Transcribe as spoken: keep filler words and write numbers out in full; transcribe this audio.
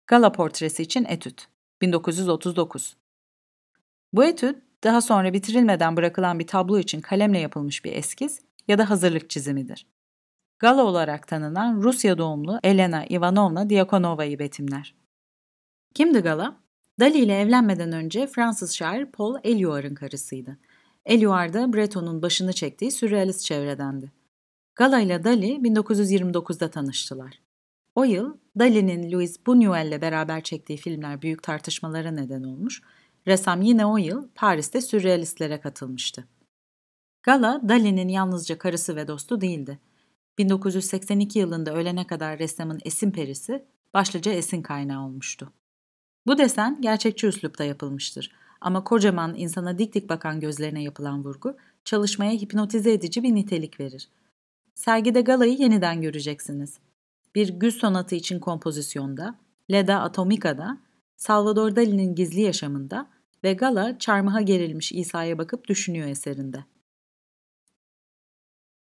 Gala portresi için etüt. bin dokuz yüz otuz dokuz. Bu etüt, daha sonra bitirilmeden bırakılan bir tablo için kalemle yapılmış bir eskiz ya da hazırlık çizimidir. Gala olarak tanınan Rusya doğumlu Elena Ivanovna Diakonova'yı betimler. Kimdi Gala? Dali ile evlenmeden önce Fransız şair Paul Éluard'ın karısıydı. Éluard da Breton'un başını çektiği sürrealist çevredendi. Gala ile Dali bin dokuz yüz yirmi dokuzda tanıştılar. O yıl Dali'nin Louis Buñuel'le beraber çektiği filmler büyük tartışmalara neden olmuş. Ressam yine o yıl Paris'te sürrealistlere katılmıştı. Gala, Dali'nin yalnızca karısı ve dostu değildi. bin dokuz yüz seksen iki yılında ölene kadar ressamın esin perisi, başlıca esin kaynağı olmuştu. Bu desen gerçekçi üslupta yapılmıştır ama kocaman insana dik dik bakan gözlerine yapılan vurgu, çalışmaya hipnotize edici bir nitelik verir. Sergide Gala'yı yeniden göreceksiniz. Bir güz sonatı için kompozisyonda, Leda Atomica'da, Salvador Dali'nin gizli yaşamında ve Gala çarmıha gerilmiş İsa'ya bakıp düşünüyor eserinde.